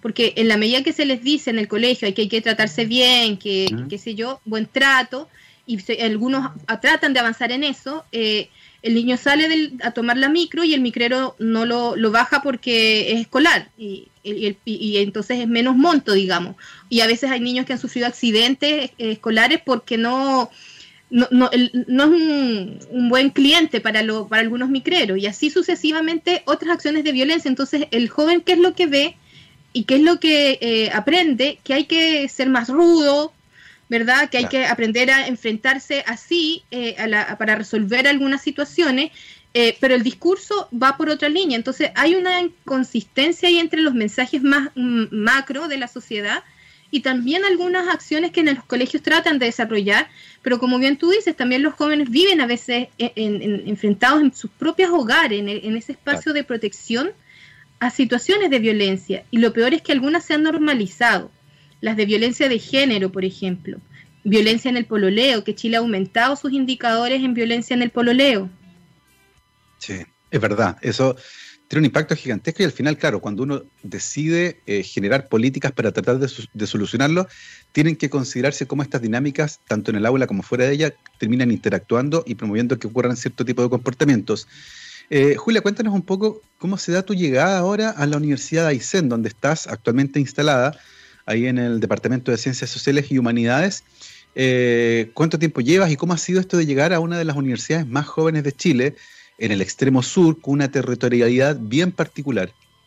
porque en la medida que se les dice en el colegio que hay que tratarse bien, que qué sé yo, buen trato, y algunos tratan de avanzar en eso, el niño sale a tomar la micro y el micrero no lo baja porque es escolar y entonces es menos monto, digamos. Y a veces hay niños que han sufrido accidentes escolares porque no es un buen cliente para algunos micreros, y así sucesivamente otras acciones de violencia. Entonces el joven, ¿qué es lo que ve y qué es lo que aprende? Que hay que ser más rudo, ¿verdad? Que hay que aprender a enfrentarse así para resolver algunas situaciones, pero el discurso va por otra línea. Entonces hay una inconsistencia ahí entre los mensajes más macro de la sociedad y también algunas acciones que en los colegios tratan de desarrollar, pero como bien tú dices, también los jóvenes viven a veces enfrentados en sus propios hogares, en ese espacio de protección a situaciones de violencia, y lo peor es que algunas se han normalizado. Las de violencia de género, por ejemplo, violencia en el pololeo, que Chile ha aumentado sus indicadores en violencia en el pololeo. Sí, es verdad, eso tiene un impacto gigantesco, y al final, claro, cuando uno decide generar políticas para tratar de solucionarlo, tienen que considerarse cómo estas dinámicas, tanto en el aula como fuera de ella, terminan interactuando y promoviendo que ocurran cierto tipo de comportamientos. Julia, cuéntanos un poco cómo se da tu llegada ahora a la Universidad de Aysén, donde estás actualmente instalada, ahí en el Departamento de Ciencias Sociales y Humanidades. ¿Cuánto tiempo llevas y cómo ha sido esto de llegar a una de las universidades más jóvenes de Chile, en el extremo sur, con una territorialidad bien particular?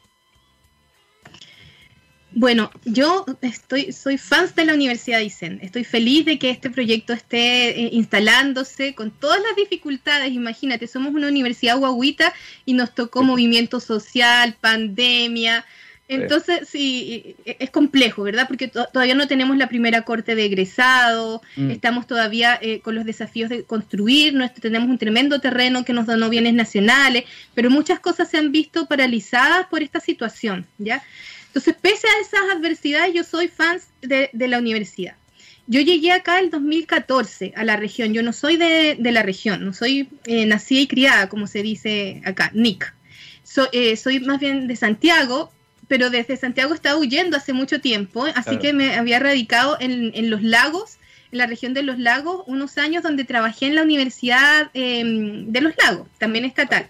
Bueno, yo soy fan de la Universidad de Aysén. Estoy feliz de que este proyecto esté instalándose con todas las dificultades. Imagínate, somos una universidad guaguita y nos tocó movimiento social, pandemia. Entonces, sí, es complejo, ¿verdad? Porque todavía no tenemos la primera corte de egresado, estamos todavía con los desafíos de construir, tenemos un tremendo terreno que nos donó bienes nacionales, pero muchas cosas se han visto paralizadas por esta situación, ¿ya? Entonces, pese a esas adversidades, yo soy fan de la universidad. Yo llegué acá el 2014 a la región, yo no soy de la región, no soy nacida y criada, como se dice acá, NIC. Soy más bien de Santiago, pero desde Santiago estaba huyendo hace mucho tiempo, así que me había radicado en Los Lagos, en la región de Los Lagos, unos años donde trabajé en la Universidad de Los Lagos, también estatal.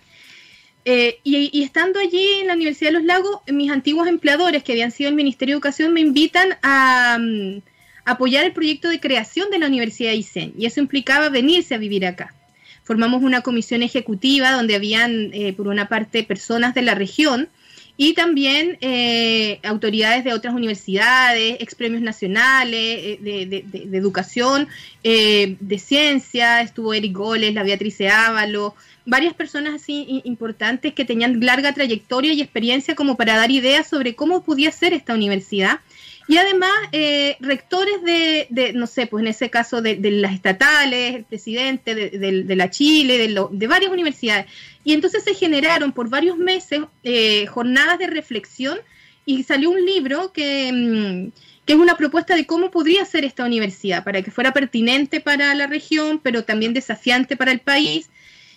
Y estando allí en la Universidad de Los Lagos, mis antiguos empleadores, que habían sido el Ministerio de Educación, me invitan a apoyar el proyecto de creación de la Universidad de Aysén, y eso implicaba venirse a vivir acá. Formamos una comisión ejecutiva donde habían, por una parte, personas de la región, y también autoridades de otras universidades, expremios nacionales de educación, de ciencia. Estuvo Eric Goles, la Beatriz Ávalo, varias personas así importantes que tenían larga trayectoria y experiencia como para dar ideas sobre cómo podía ser esta universidad. Y además rectores de no sé, pues en ese caso de las estatales, el presidente de la Chile, de varias universidades. Y entonces se generaron por varios meses jornadas de reflexión, y salió un libro que es una propuesta de cómo podría ser esta universidad para que fuera pertinente para la región, pero también desafiante para el país.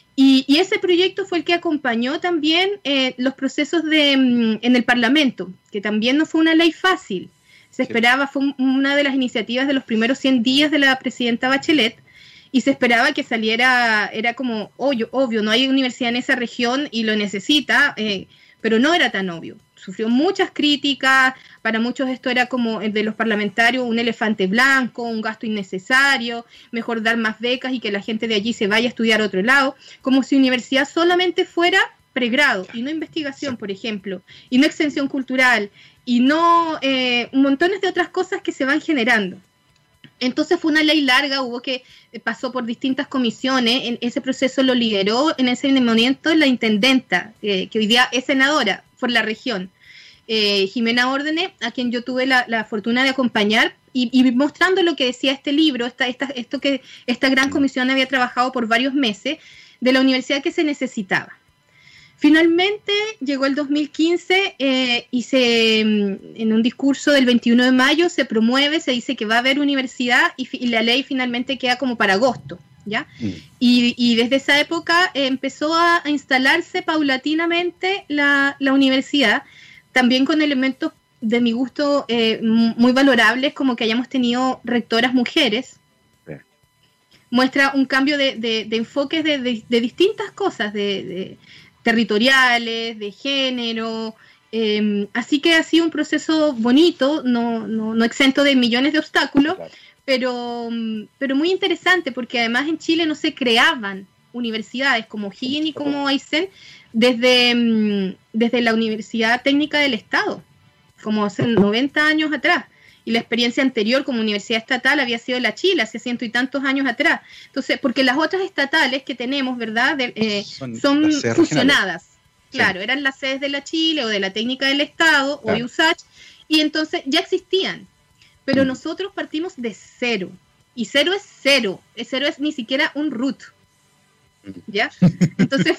Y ese proyecto fue el que acompañó también los procesos en el Parlamento, que también no fue una ley fácil. Se esperaba, fue una de las iniciativas de los primeros 100 días de la presidenta Bachelet, y se esperaba que saliera, era como obvio, no hay universidad en esa región y lo necesita, pero no era tan obvio. Sufrió muchas críticas, para muchos esto era como de los parlamentarios un elefante blanco, un gasto innecesario, mejor dar más becas y que la gente de allí se vaya a estudiar a otro lado, como si universidad solamente fuera pregrado y no investigación, por ejemplo, y no extensión cultural, y no montones de otras cosas que se van generando. Entonces fue una ley larga, pasó por distintas comisiones, en ese proceso lo lideró en ese momento la intendenta, que hoy día es senadora por la región, Jimena Ordene, a quien yo tuve la fortuna de acompañar, y mostrando lo que decía este libro, esto que esta gran comisión había trabajado por varios meses, de la universidad que se necesitaba. Finalmente llegó el 2015 y en un discurso del 21 de mayo se promueve, se dice que va a haber universidad, y la ley finalmente queda como para agosto, ¿ya? Y desde esa época empezó a instalarse paulatinamente la universidad, también con elementos de mi gusto, muy valorables, como que hayamos tenido rectoras mujeres. Sí. Muestra un cambio de enfoques de distintas cosas, de territoriales, de género. Así que ha sido un proceso bonito, no exento de millones de obstáculos, claro. pero muy interesante, porque además en Chile no se creaban universidades como Higgins y como Aysén desde la Universidad Técnica del Estado, como hace 90 años atrás. Y la experiencia anterior como universidad estatal había sido la Chile, hace 100 y tantos años atrás. Entonces, porque las otras estatales que tenemos, ¿verdad? Son fusionadas. Claro, sí. Eran las sedes de la Chile o de la Técnica del Estado, claro. O USACH, y entonces ya existían. Pero nosotros partimos de cero. Y cero es cero. Cero es ni siquiera un root. ¿Ya? Entonces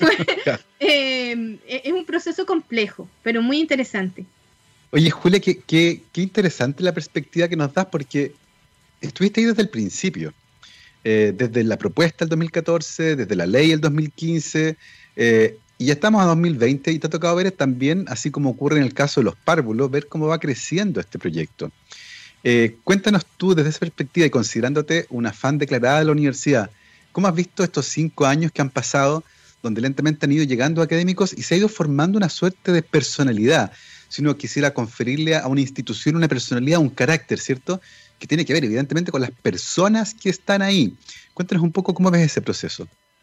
es un proceso complejo, pero muy interesante. Oye, Julia, qué interesante la perspectiva que nos das, porque estuviste ahí desde el principio, desde la propuesta del 2014, desde la ley del 2015, y ya estamos a 2020 y te ha tocado ver también, así como ocurre en el caso de los párvulos, ver cómo va creciendo este proyecto. Cuéntanos tú desde esa perspectiva y considerándote una fan declarada de la universidad, ¿cómo has visto estos 5 años que han pasado, donde lentamente han ido llegando académicos y se ha ido formando una suerte de personalidad? Si uno quisiera conferirle a una institución una personalidad, un carácter, ¿cierto? Que tiene que ver evidentemente con las personas que están ahí. Cuéntanos un poco cómo ves ese proceso.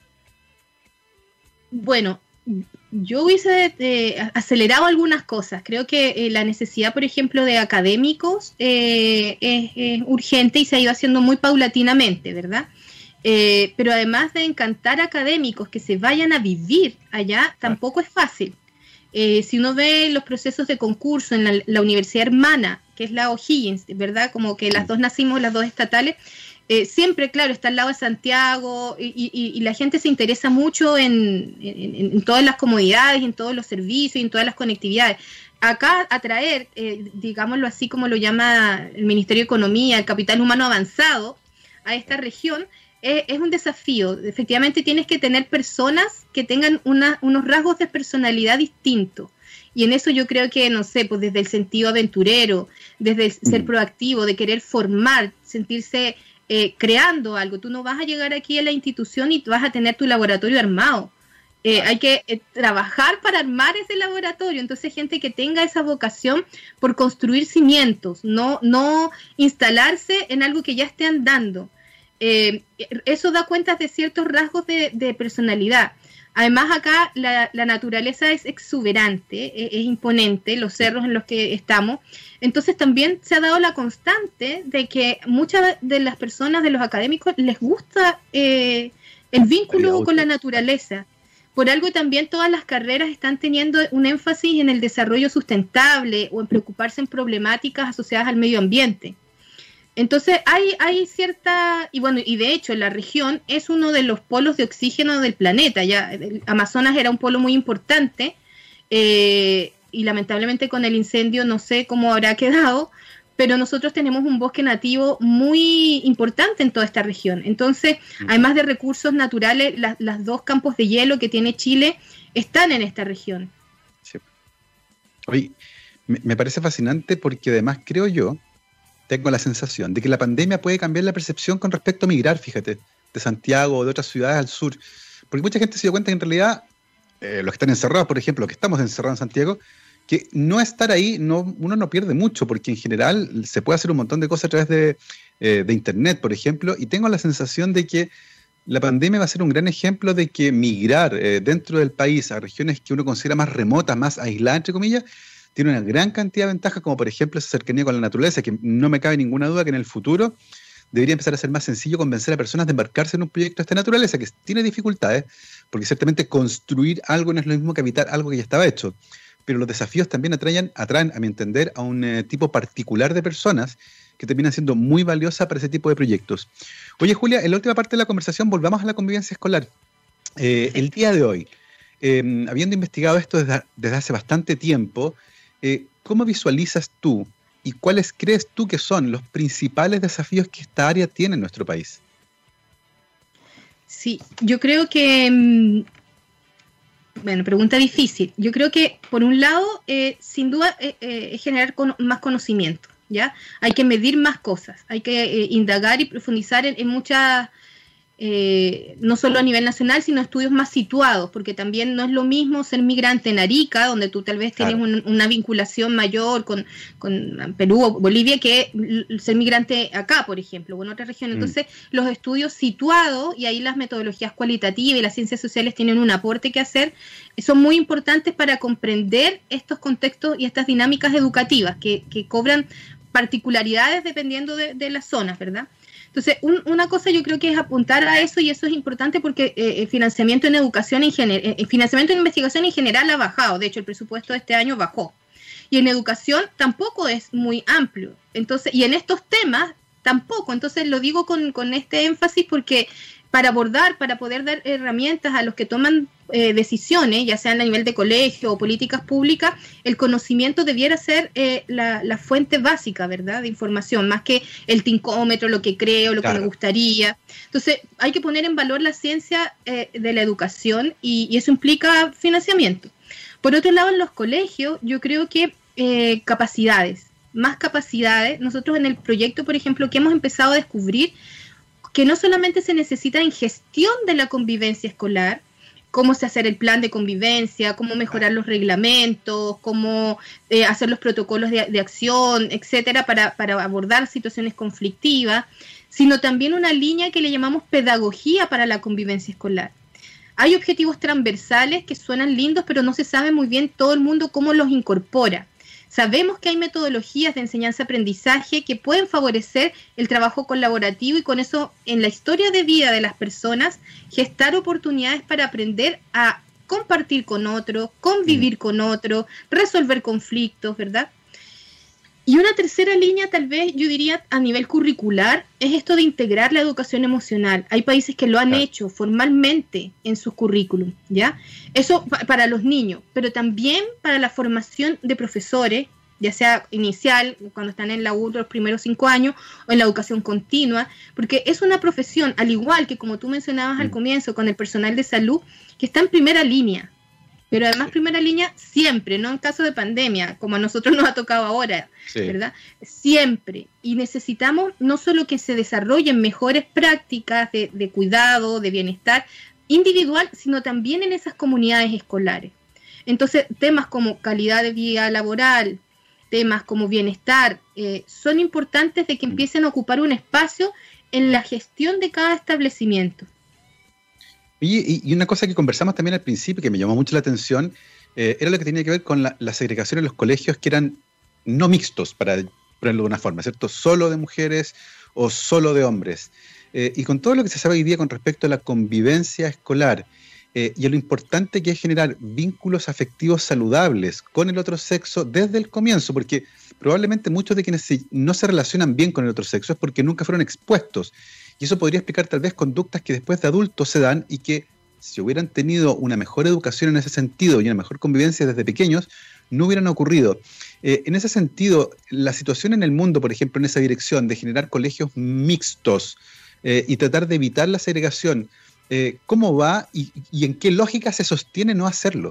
Bueno, yo hubiese acelerado algunas cosas. Creo que la necesidad, por ejemplo, de académicos es urgente y se ha ido haciendo muy paulatinamente, ¿verdad? Pero además de encantar académicos que se vayan a vivir allá, tampoco es fácil. Si uno ve los procesos de concurso en la universidad hermana, que es la O'Higgins, ¿verdad? Como que las dos nacimos, las dos estatales, siempre, claro, está al lado de Santiago y la gente se interesa mucho en todas las comodidades, en todos los servicios, en todas las conectividades. Acá atraer, digámoslo así como lo llama el Ministerio de Economía, el capital humano avanzado a esta región, es un desafío. Efectivamente tienes que tener personas que tengan unos rasgos de personalidad distintos. Y en eso yo creo que, no sé, pues desde el sentido aventurero, desde el ser proactivo, de querer formar, sentirse creando algo. Tú no vas a llegar aquí a la institución y vas a tener tu laboratorio armado. Hay que trabajar para armar ese laboratorio. Entonces, gente que tenga esa vocación por construir cimientos, no instalarse en algo que ya esté andando. Eso da cuenta de ciertos rasgos de personalidad. Además acá la naturaleza es exuberante, es imponente, los cerros en los que estamos. Entonces también se ha dado la constante de que muchas de las personas, de los académicos, les gusta el vínculo con la naturaleza. Por algo también todas las carreras están teniendo un énfasis en el desarrollo sustentable o en preocuparse en problemáticas asociadas al medio ambiente. Entonces hay cierta, y bueno, y de hecho la región es uno de los polos de oxígeno del planeta. Ya el Amazonas era un polo muy importante y lamentablemente con el incendio no sé cómo habrá quedado, pero nosotros tenemos un bosque nativo muy importante en toda esta región. Entonces, además de recursos naturales, las dos campos de hielo que tiene Chile están en esta región. Sí. Oye, me parece fascinante porque además creo yo, tengo la sensación de que la pandemia puede cambiar la percepción con respecto a migrar, fíjate, de Santiago o de otras ciudades al sur. Porque mucha gente se dio cuenta que en realidad, los que están encerrados, por ejemplo, los que estamos encerrados en Santiago, que no estar ahí, uno no pierde mucho, porque en general se puede hacer un montón de cosas a través de Internet, por ejemplo, y tengo la sensación de que la pandemia va a ser un gran ejemplo de que migrar dentro del país a regiones que uno considera más remotas, más aisladas, entre comillas, tiene una gran cantidad de ventajas, como por ejemplo esa cercanía con la naturaleza, que no me cabe ninguna duda que en el futuro debería empezar a ser más sencillo convencer a personas de embarcarse en un proyecto de esta naturaleza, que tiene dificultades, porque ciertamente construir algo no es lo mismo que habitar algo que ya estaba hecho. Pero los desafíos también atraen, a mi entender, a un tipo particular de personas que terminan siendo muy valiosas para ese tipo de proyectos. Oye, Julia, en la última parte de la conversación volvamos a la convivencia escolar. El día de hoy, habiendo investigado esto desde hace bastante tiempo, ¿cómo visualizas tú y cuáles crees tú que son los principales desafíos que esta área tiene en nuestro país? Sí, yo creo que Bueno, pregunta difícil. Yo creo que, por un lado, sin duda, es generar más conocimiento, ¿ya? Hay que medir más cosas, hay que indagar y profundizar en muchas, no solo a nivel nacional, sino estudios más situados, porque también no es lo mismo ser migrante en Arica, donde tú tal vez tienes una vinculación mayor con Perú o Bolivia, que ser migrante acá, por ejemplo, o en otra región. Entonces, los estudios situados, y ahí las metodologías cualitativas y las ciencias sociales tienen un aporte que hacer, son muy importantes para comprender estos contextos y estas dinámicas educativas que cobran particularidades dependiendo de las zonas, ¿verdad? Entonces, una cosa yo creo que es apuntar a eso, y eso es importante porque el financiamiento en educación financiamiento en investigación en general ha bajado. De hecho, el presupuesto de este año bajó. Y en educación tampoco es muy amplio. Entonces, y en estos temas tampoco. Entonces, lo digo con este énfasis porque para poder dar herramientas a los que toman decisiones, ya sean a nivel de colegio o políticas públicas, el conocimiento debiera ser la fuente básica, ¿verdad?, de información, más que el tincómetro, lo que creo, lo que me gustaría. Entonces, hay que poner en valor la ciencia de la educación, y eso implica financiamiento. Por otro lado, en los colegios, yo creo que más capacidades. Nosotros en el proyecto, por ejemplo, que hemos empezado a descubrir que no solamente se necesita en gestión de la convivencia escolar, cómo se hacer el plan de convivencia, cómo mejorar los reglamentos, cómo hacer los protocolos de acción, etcétera, para abordar situaciones conflictivas, sino también una línea que le llamamos pedagogía para la convivencia escolar. Hay objetivos transversales que suenan lindos, pero no se sabe muy bien todo el mundo cómo los incorpora. Sabemos que hay metodologías de enseñanza-aprendizaje que pueden favorecer el trabajo colaborativo y con eso, en la historia de vida de las personas, gestar oportunidades para aprender a compartir con otro, convivir con otro, resolver conflictos, ¿verdad? Y una tercera línea, tal vez, yo diría, a nivel curricular, es esto de integrar la educación emocional. Hay países que lo han hecho formalmente en sus currículum, ¿ya? Eso para los niños, pero también para la formación de profesores, ya sea inicial, cuando están en la U los primeros 5 años, o en la educación continua, porque es una profesión, al igual que como tú mencionabas al comienzo, con el personal de salud, que está en primera línea. Pero además primera línea siempre, no en caso de pandemia, como a nosotros nos ha tocado ahora, ¿verdad? Siempre. Y necesitamos no solo que se desarrollen mejores prácticas de cuidado, de bienestar individual, sino también en esas comunidades escolares. Entonces, temas como calidad de vida laboral, temas como bienestar, son importantes de que empiecen a ocupar un espacio en la gestión de cada establecimiento. Y una cosa que conversamos también al principio, que me llamó mucho la atención, era lo que tenía que ver con la segregación en los colegios que eran no mixtos, para ponerlo de alguna forma, ¿cierto? Solo de mujeres o solo de hombres. Y con todo lo que se sabe hoy día con respecto a la convivencia escolar y a lo importante que es generar vínculos afectivos saludables con el otro sexo desde el comienzo, porque probablemente muchos de quienes no se relacionan bien con el otro sexo es porque nunca fueron expuestos. Y eso podría explicar tal vez conductas que después de adultos se dan y que si hubieran tenido una mejor educación en ese sentido y una mejor convivencia desde pequeños, no hubieran ocurrido. En ese sentido, la situación en el mundo, por ejemplo, en esa dirección de generar colegios mixtos y tratar de evitar la segregación, ¿cómo va y en qué lógica se sostiene no hacerlo?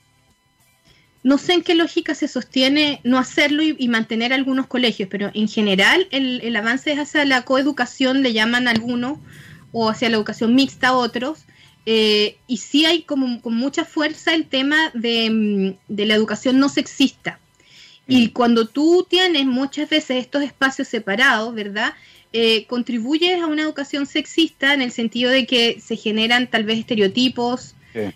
No sé en qué lógica se sostiene no hacerlo y mantener algunos colegios, pero en general el avance es hacia la coeducación, le llaman algunos, o hacia la educación mixta a otros, y sí hay como con mucha fuerza el tema de la educación no sexista. Y cuando tú tienes muchas veces estos espacios separados, ¿verdad?, contribuyes a una educación sexista en el sentido de que se generan tal vez estereotipos,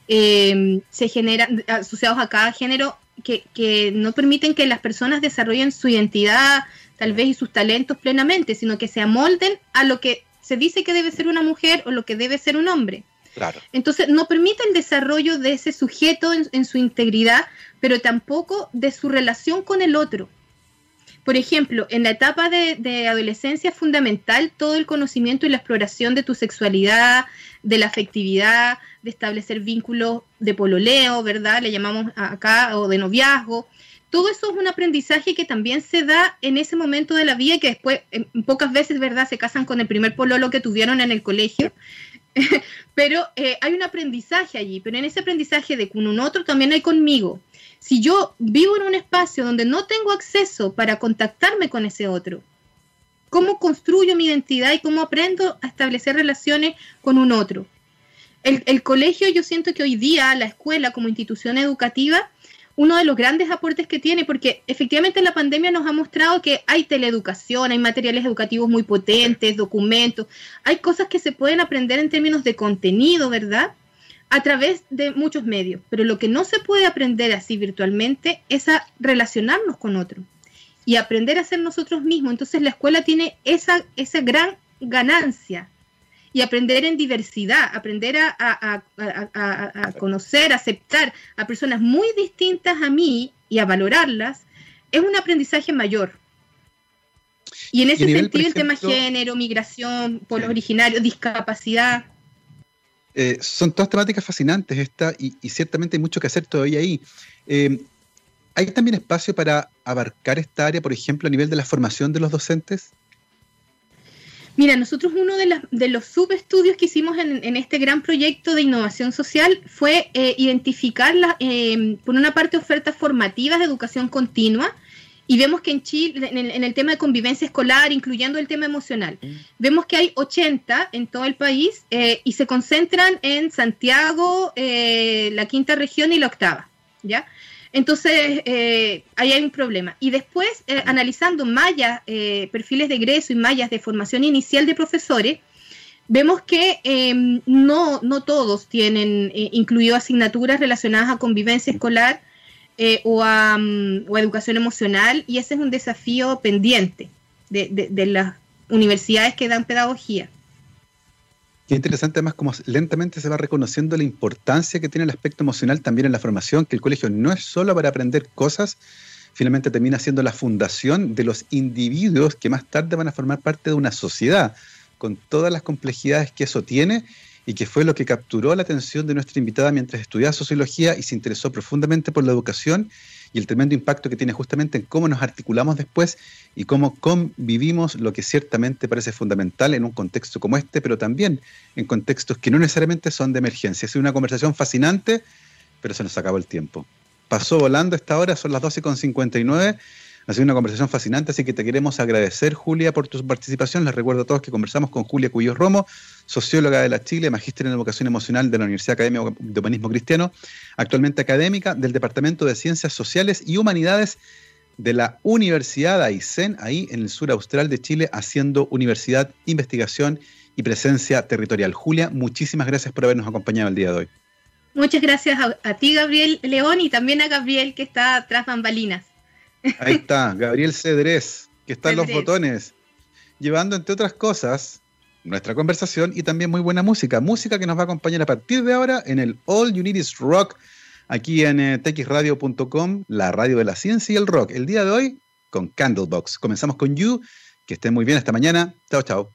se generan asociados a cada género que no permiten que las personas desarrollen su identidad tal vez y sus talentos plenamente, sino que se amolden a lo que se dice que debe ser una mujer o lo que debe ser un hombre. Claro. Entonces no permite el desarrollo de ese sujeto en su integridad, pero tampoco de su relación con el otro. Por ejemplo, en la etapa de adolescencia es fundamental todo el conocimiento y la exploración de tu sexualidad, de la afectividad, de establecer vínculos de pololeo, ¿verdad? Le llamamos acá, o de noviazgo. Todo eso es un aprendizaje que también se da en ese momento de la vida y que después, pocas veces, ¿verdad?, se casan con el primer pololo que tuvieron en el colegio. Pero hay un aprendizaje allí, pero en ese aprendizaje de con un otro también hay conmigo. Si yo vivo en un espacio donde no tengo acceso para contactarme con ese otro, ¿cómo construyo mi identidad y cómo aprendo a establecer relaciones con un otro? El colegio, yo siento que hoy día la escuela como institución educativa, uno de los grandes aportes que tiene, porque efectivamente la pandemia nos ha mostrado que hay teleeducación, hay materiales educativos muy potentes, documentos, hay cosas que se pueden aprender en términos de contenido, ¿verdad?, a través de muchos medios, pero lo que no se puede aprender así virtualmente es a relacionarnos con otros y aprender a ser nosotros mismos. Entonces la escuela tiene esa gran ganancia, y aprender en diversidad, aprender a conocer, a aceptar a personas muy distintas a mí y a valorarlas, es un aprendizaje mayor. Y en ese sentido, el tema género, migración, pueblos originarios, discapacidad. Son todas temáticas fascinantes y ciertamente hay mucho que hacer todavía ahí. ¿Hay también espacio para abarcar esta área, por ejemplo, a nivel de la formación de los docentes? Mira, nosotros uno de los subestudios que hicimos en este gran proyecto de innovación social fue identificar, por una parte, ofertas formativas de educación continua, y vemos que en Chile, en el tema de convivencia escolar, incluyendo el tema emocional, vemos que hay 80 en todo el país y se concentran en Santiago, la quinta región y la octava, ¿ya? Entonces, ahí hay un problema. Y después, analizando mallas, perfiles de egreso y mallas de formación inicial de profesores, vemos que no todos tienen incluido asignaturas relacionadas a convivencia escolar o a educación emocional, y ese es un desafío pendiente de las universidades que dan pedagogía. Qué interesante además cómo lentamente se va reconociendo la importancia que tiene el aspecto emocional también en la formación, que el colegio no es solo para aprender cosas, finalmente termina siendo la fundación de los individuos que más tarde van a formar parte de una sociedad, con todas las complejidades que eso tiene, y que fue lo que capturó la atención de nuestra invitada mientras estudiaba sociología y se interesó profundamente por la educación y el tremendo impacto que tiene justamente en cómo nos articulamos después y cómo convivimos, lo que ciertamente parece fundamental en un contexto como este, pero también en contextos que no necesariamente son de emergencia. Ha sido una conversación fascinante, pero se nos acabó el tiempo. Pasó volando esta hora, son las 12:59. Ha sido una conversación fascinante, así que te queremos agradecer, Julia, por tu participación. Les recuerdo a todos que conversamos con Julia Cuyos Romo, socióloga de la Chile, magíster en educación emocional de la Universidad Académica de Humanismo Cristiano, actualmente académica del Departamento de Ciencias Sociales y Humanidades de la Universidad Aysén, ahí en el sur austral de Chile, haciendo universidad, investigación y presencia territorial. Julia, muchísimas gracias por habernos acompañado el día de hoy. Muchas gracias a ti, Gabriel León, y también a Gabriel, que está tras bambalinas. Ahí está, Gabriel Cedrés, que está en los botones, llevando, entre otras cosas, nuestra conversación y también muy buena música que nos va a acompañar a partir de ahora en el All You Need Is Rock, aquí en txradio.com, la radio de la ciencia y el rock. El día de hoy, con Candlebox. Comenzamos con You, que estén muy bien, hasta mañana. Chao, chao.